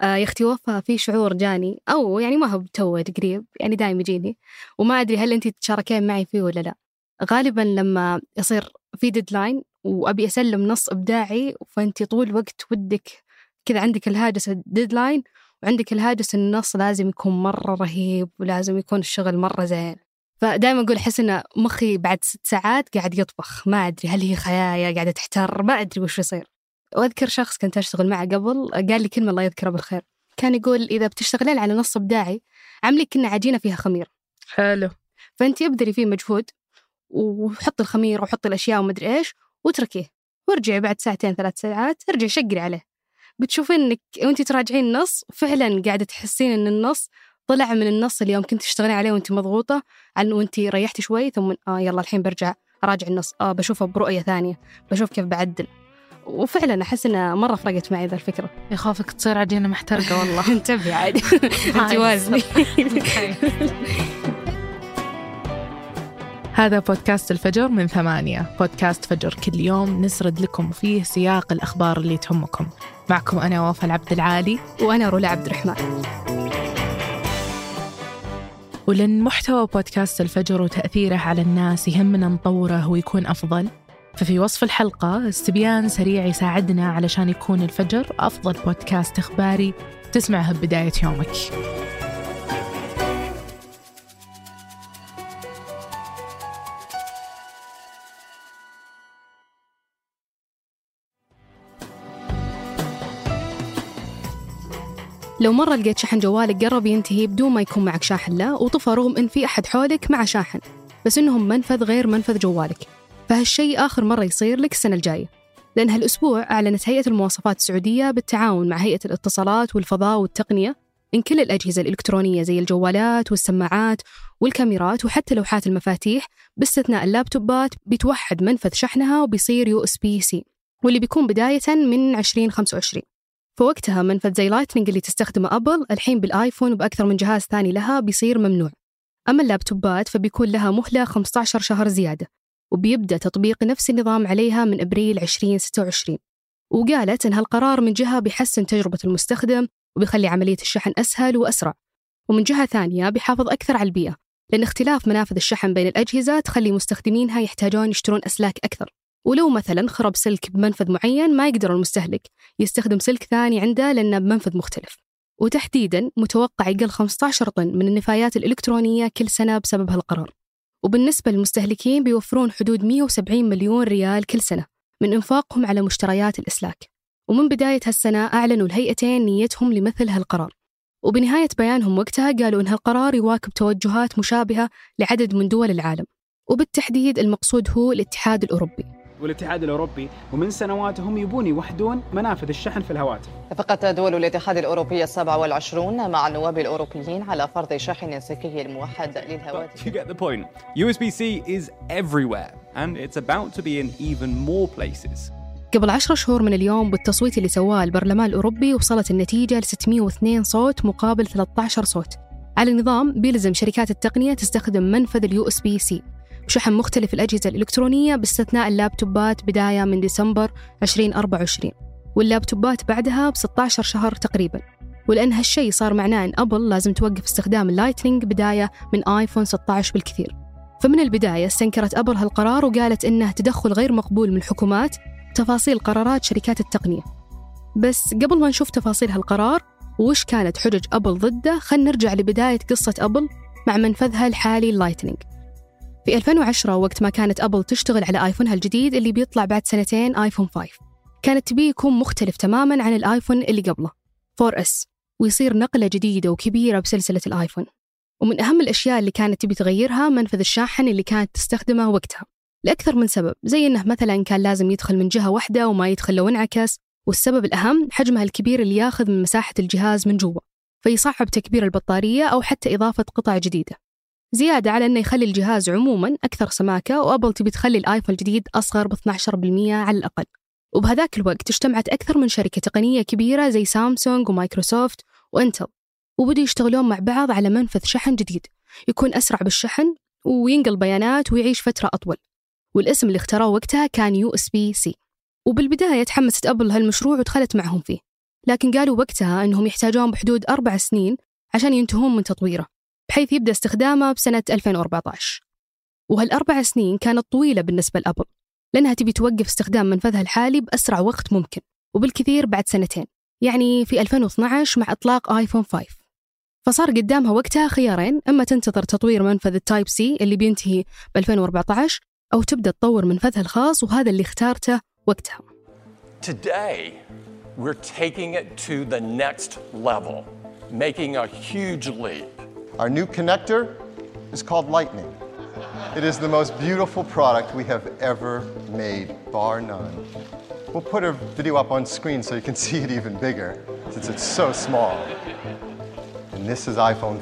يا أختي وفاء، في شعور جاني، أو يعني ما هو بتوه قريب، يعني دايم يجيني، وما أدري هل أنتي تشاركين معي فيه ولا لا. غالبا لما يصير في ديدلاين وأبي أسلم نص إبداعي، فأنتي طول الوقت ودك كذا، عندك الهاجس الديدلاين وعندك الهاجس النص لازم يكون مرة رهيب ولازم يكون الشغل مرة زين. فدائما أقول أحس إن مخي بعد 6 ساعات قاعد يطبخ، ما أدري هل هي خيايا قاعدة تحتر، ما أدري وش يصير. وأذكر شخص كنت أشتغل معه قبل قال لي كلمة الله يذكره بالخير، كان يقول إذا بتشتغلين على نص إبداعي عملي كنا عجينة فيها خمير. حلو. فأنت ابذلي فيه مجهود وحط الخمير وحط الأشياء ومدري إيش وتركيه، وارجعي بعد 2 3 ساعات ارجعي شقري عليه، بتشوفين إنك وأنت تراجعين النص فعلا قاعدة تحسين إن النص طلع من النص اللي يوم كنت تشتغلين عليه وأنت مضغوطة، عن وأنت ريحتي شوي ثم يلا الحين برجع أراجع النص، بشوفه برؤية ثانية، بشوف كيف بعدل. وفعلا أحس إنها مرة فرقت معي ذا الفكرة. يخافك تصير عجينة محترقة والله. انتبهي عادي. انت وازني. هذا بودكاست الفجر من 8، بودكاست فجر كل يوم نسرد لكم فيه سياق الأخبار اللي تهمكم. معكم أنا وفاء العبد العالي، وأنا رولا عبد الرحمن. ولأن محتوى بودكاست الفجر وتأثيره على الناس يهمنا نطوره ويكون أفضل، ففي وصف الحلقة استبيان سريع يساعدنا علشان يكون الفجر أفضل بودكاست إخباري تسمعه ببداية يومك. لو مرة لقيت شحن جوالك قرب ينتهي بدون ما يكون معك شاحن له وطفى رغم إن في أحد حولك مع شاحن، بس إنهم منفذ غير منفذ جوالك، فهالشيء آخر مرة يصير لك السنة الجاية، لأن هالأسبوع أعلنت هيئة المواصفات السعودية بالتعاون مع هيئة الاتصالات والفضاء والتقنية إن كل الأجهزة الإلكترونية زي الجوالات والسماعات والكاميرات وحتى لوحات المفاتيح باستثناء اللابتوبات بتوحد منفذ شحنها وبيصير USB-C، واللي بيكون بداية من 2025. فوقتها منفذ زي لايتنينج اللي تستخدمه أبل الحين بالآيفون وبأكثر من جهاز ثاني لها بيصير ممنوع. أما اللابتوبات فبيكون لها مهلة 15 شهر زيادة، وبيبدأ تطبيق نفس النظام عليها من أبريل 2026. وقالت إن هالقرار من جهة بيحسن تجربة المستخدم وبيخلي عملية الشحن أسهل وأسرع، ومن جهة ثانية بيحافظ أكثر على البيئة، لأن اختلاف منافذ الشحن بين الأجهزة تخلي مستخدمينها يحتاجون يشترون أسلاك أكثر، ولو مثلا خرب سلك بمنفذ معين ما يقدر المستهلك يستخدم سلك ثاني عنده لأنه بمنفذ مختلف. وتحديدا متوقع يقل 15 طن من النفايات الإلكترونية كل سنة بسبب هالقرار. وبالنسبة للمستهلكين بيوفرون حدود 170 مليون ريال كل سنة من إنفاقهم على مشتريات الإسلاك. ومن بداية هالسنة أعلنوا الهيئتين نيتهم لمثل هالقرار، وبنهاية بيانهم وقتها قالوا إن هالقرار يواكب توجهات مشابهة لعدد من دول العالم، وبالتحديد المقصود هو الاتحاد الأوروبي. والاتحاد الأوروبي ومن سنوات هم يبون يوحدون منافذ الشحن في الهواتف. اتفقت دول الاتحاد الأوروبي 27 مع النواب الأوروبيين على فرض شاحن سلكي الموحد للهواتف. You get the point. USB-C is everywhere and it's about to be in even more places. قبل 10 شهور من اليوم بالتصويت اللي سواه البرلمان الأوروبي وصلت النتيجة ل 602 صوت مقابل 13 صوت على نظام بيلزم شركات التقنية تستخدم منفذ USB-C بشحن مختلف الأجهزة الإلكترونية باستثناء اللابتوبات بداية من ديسمبر 2024، واللابتوبات بعدها ب16 شهر تقريبا. ولأن هالشيء صار معناه أن أبل لازم توقف استخدام اللايتنينج بداية من آيفون 16 بالكثير. فمن البداية استنكرت أبل هالقرار وقالت إنه تدخل غير مقبول من الحكومات تفاصيل قرارات شركات التقنية. بس قبل ما نشوف تفاصيل هالقرار وش كانت حجج أبل ضده، خلينا نرجع لبداية قصة أبل مع منفذها الحالي اللايتنينج. في 2010 وقت ما كانت أبل تشتغل على آيفونها الجديد اللي بيطلع بعد 2 سنين آيفون 5، كانت تبيه يكون مختلف تماماً عن الآيفون اللي قبله 4S، ويصير نقلة جديدة وكبيرة بسلسلة الآيفون. ومن أهم الأشياء اللي كانت تبي تغيرها منفذ الشاحن اللي كانت تستخدمه وقتها لأكثر من سبب، زي إنه مثلاً كان لازم يدخل من جهة واحدة وما يدخل لو انعكس، والسبب الأهم حجمها الكبير اللي ياخذ من مساحة الجهاز من جوا فيصعب تكبير البطارية أو حتى إضافة قطع جديدة، زيادة على أنه يخلي الجهاز عموماً أكثر سماكة، وأبل تبي تخلي الآيفون الجديد أصغر ب12% على الأقل. وبهذاك الوقت اجتمعت أكثر من شركة تقنية كبيرة زي سامسونج ومايكروسوفت وإنتل، وبدوا يشتغلون مع بعض على منفذ شحن جديد يكون أسرع بالشحن وينقل بيانات ويعيش فترة أطول، والاسم اللي اختاروه وقتها كان USB-C. وبالبداية تحمست أبل هالمشروع ودخلت معهم فيه، لكن قالوا وقتها أنهم يحتاجون بحدود 4 سنين عشان ينتهون من تطويره، بحيث يبدأ استخدامه بسنة 2014. وهال4 سنين كانت طويلة بالنسبة لأبل، لأنها تبي توقف استخدام منفذها الحالي بأسرع وقت ممكن، وبالكثير بعد 2 سنين، يعني في 2012 مع إطلاق آيفون 5. فصار قدامها وقتها خيارين، إما تنتظر تطوير منفذ التايب سي اللي بينتهي ب 2014، أو تبدأ تطور منفذها الخاص، وهذا اللي اختارته وقتها. Today, we're taking it to the next level, making a huge leap. Our new connector is called Lightning. It is the most beautiful product we have ever made, bar none. We'll put a video up on screen so you can see it even bigger, since it's so small. And this is iPhone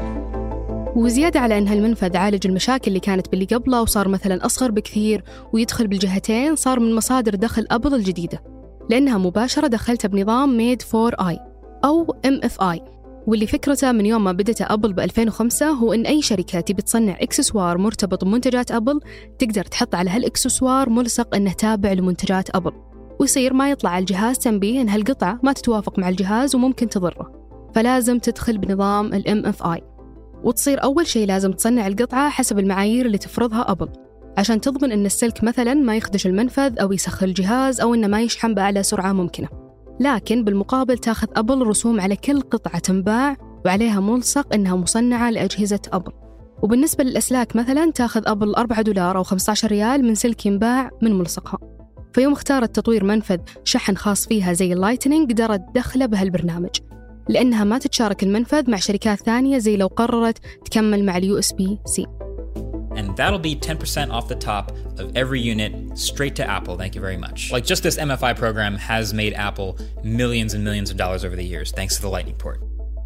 5. وزيادة على أن هالمنفذ عالج المشاكل اللي كانت باللي قبله، وصار مثلا أصغر بكثير ويدخل بالجهتين، صار من مصادر دخل أبل الجديدة، لأنها مباشرة دخلتها بنظام Made for I أو MFI، واللي فكرته من يوم ما بدأت أبل ب 2005 هو إن أي شركة تبي تصنع إكسسوار مرتبط بمنتجات أبل تقدر تحط على هالإكسسوار ملصق إنه تابع لمنتجات أبل، ويصير ما يطلع على الجهاز تنبيه إن هالقطعة ما تتوافق مع الجهاز وممكن تضره، فلازم تدخل بنظام MFI. وتصير أول شيء لازم تصنع القطعة حسب المعايير اللي تفرضها أبل، عشان تضمن إن السلك مثلا ما يخدش المنفذ أو يسخن الجهاز أو إنه ما يشحن بأعلى سرعة ممكنة. لكن بالمقابل تاخذ أبل رسوم على كل قطعة تنباع، وعليها ملصق إنها مصنعة لأجهزة أبل. وبالنسبة للأسلاك مثلا تاخذ أبل $4 أو 15 ريال من سلك ينباع من ملصقها. فيوم اختارت تطوير منفذ شحن خاص فيها زي اللايتنينج قدرت تدخله بهالبرنامج، لأنها ما تتشارك المنفذ مع شركات ثانية زي لو قررت تكمل مع USB-C. And that'll be 10% off the top of every unit straight to Apple. Thank you very much. Like just this MFI program has made Apple millions and millions of dollars over the years thanks to the Lightning port.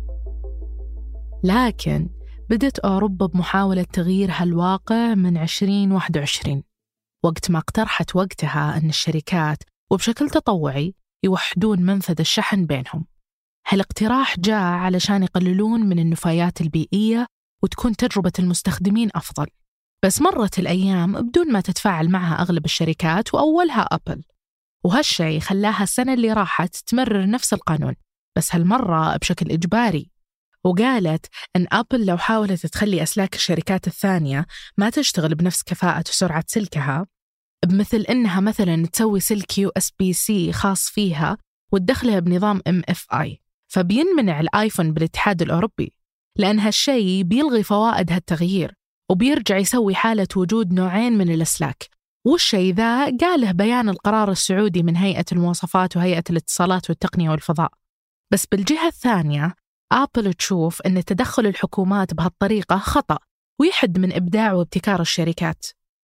لكن بدت أوروبا بمحاولة تغيير هالواقع من 2021، وقت ما اقترحت وقتها أن الشركات وبشكل تطوعي يوحدون منفذ الشحن بينهم. هالاقتراح جاء علشان يقللون من النفايات البيئية وتكون تجربة المستخدمين أفضل. بس مرت الأيام بدون ما تتفاعل معها أغلب الشركات وأولها أبل، وهالشي خلاها السنة اللي راحت تمرر نفس القانون، بس هالمرة بشكل إجباري. وقالت أن أبل لو حاولت تخلي أسلاك الشركات الثانية ما تشتغل بنفس كفاءة وسرعة سلكها، بمثل إنها مثلا تسوي سلك USB-C خاص فيها وتدخلها بنظام MFI، فبينمنع الآيفون بالاتحاد الأوروبي، لأن هالشي بيلغي فوائد هالتغيير وبيرجع يسوي حالة وجود نوعين من الأسلاك. والشي ذا قاله بيان القرار السعودي من هيئة المواصفات وهيئة الاتصالات والتقنية والفضاء. بس بالجهة الثانية آبل تشوف أن تدخل الحكومات بهالطريقة خطأ ويحد من إبداع وابتكار الشركات.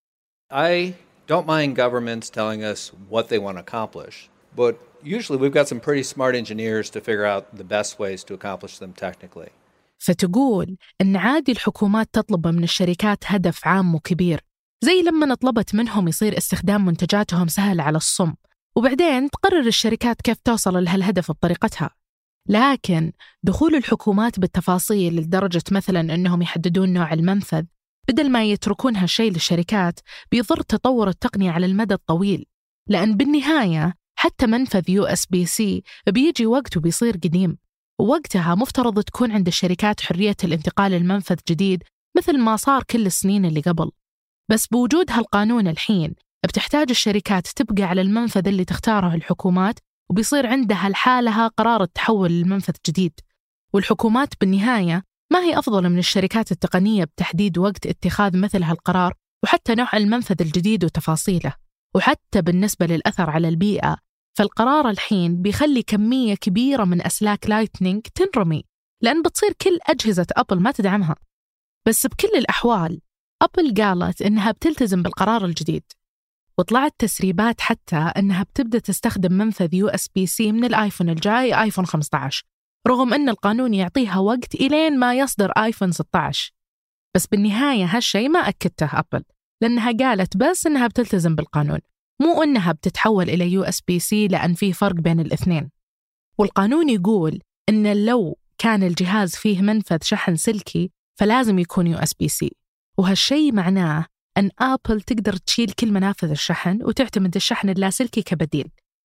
I don't mind governments telling us what they want to accomplish, but usually we've got some pretty smart engineers to figure out the best ways to accomplish them technically. فتقول أن عادي الحكومات تطلب من الشركات هدف عام وكبير، زي لما طلبت منهم يصير استخدام منتجاتهم سهل على الصم، وبعدين تقرر الشركات كيف توصل لهالهدف بطريقتها. لكن دخول الحكومات بالتفاصيل لدرجة مثلا أنهم يحددون نوع المنفذ بدل ما يتركون هالشيء للشركات بيضر تطور التقنية على المدى الطويل، لأن بالنهاية حتى منفذ USB-C بيجي وقت وبيصير قديم، ووقتها مفترض تكون عند الشركات حرية الانتقال للمنفذ جديد مثل ما صار كل السنين اللي قبل. بس بوجود هالقانون الحين بتحتاج الشركات تبقى على المنفذ اللي تختاره الحكومات، وبيصير عندها لحالها قرار التحول للمنفذ جديد. والحكومات بالنهاية ما هي أفضل من الشركات التقنية بتحديد وقت اتخاذ مثل هالقرار وحتى نوع المنفذ الجديد وتفاصيله. وحتى بالنسبة للأثر على البيئة، فالقرار الحين بيخلي كمية كبيرة من أسلاك لايتنينج تنرمي، لأن بتصير كل أجهزة أبل ما تدعمها. بس بكل الأحوال أبل قالت إنها بتلتزم بالقرار الجديد، وطلعت تسريبات حتى إنها بتبدأ تستخدم منفذ USB-C من الآيفون الجاي آيفون 15، رغم إن القانون يعطيها وقت إلين ما يصدر آيفون 16. بس بالنهاية هالشي ما أكدته أبل، لأنها قالت بس إنها بتلتزم بالقانون، مو إنها بتتحول إلى USB-C، لأن في فرق بين الاثنين. والقانون يقول إن لو كان الجهاز فيه منفذ شحن سلكي فلازم يكون USB-C، وهالشي معناه أن آبل تقدر تشيل كل منافذ الشحن وتعتمد الشحن اللاسلكي كبديل.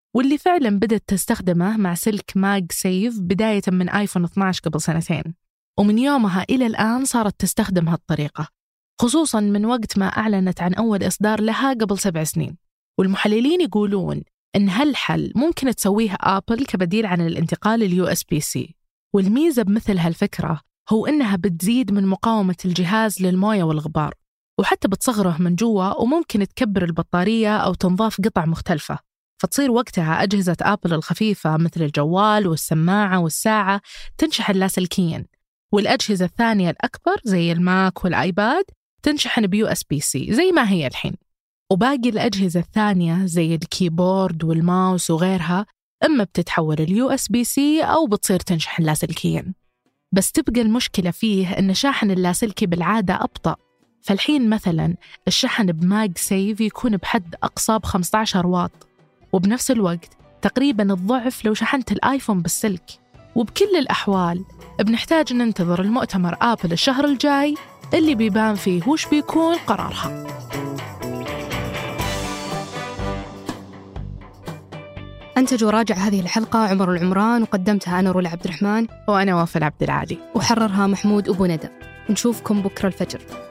واللي فعلا بدأت تستخدمه مع سلك ماغ سيف بداية من آيفون 12 قبل 2 سنين، ومن يومها إلى الآن صارت تستخدم هالطريقة، خصوصا من وقت ما أعلنت عن أول إصدار لها قبل 7 سنين. والمحللين يقولون إن هالحل ممكن تسويه آبل كبديل عن الانتقال USB-C. والميزة بمثل هالفكرة هو إنها بتزيد من مقاومة الجهاز للموية والغبار، وحتى بتصغره من جوا، وممكن تكبر البطارية أو تنضاف قطع مختلفة، فتصير وقتها أجهزة آبل الخفيفة مثل الجوال والسماعة والساعة تنشحن لاسلكيا، والأجهزة الثانية الأكبر زي الماك والآيباد تنشحن USB-C زي ما هي الحين. وباقي الأجهزة الثانية زي الكيبورد والماوس وغيرها إما بتتحول USB-C أو بتصير تنشحن لاسلكيا. بس تبقى المشكلة فيه إن شاحن اللاسلكي بالعادة أبطأ، فالحين مثلا الشحن بماغ سيف يكون بحد أقصى 15 واط، وبنفس الوقت تقريبا الضعف لو شحنت الآيفون بالسلك. وبكل الأحوال بنحتاج ننتظر المؤتمر آبل الشهر الجاي اللي بيبان فيه وش بيكون قرارها. أنتج وراجع هذه الحلقة عمر العمران، وقدمتها أنا رولا عبد الرحمن، وأنا وفاء عبد العالي، وحررها محمود أبو ندى. نشوفكم بكرة الفجر.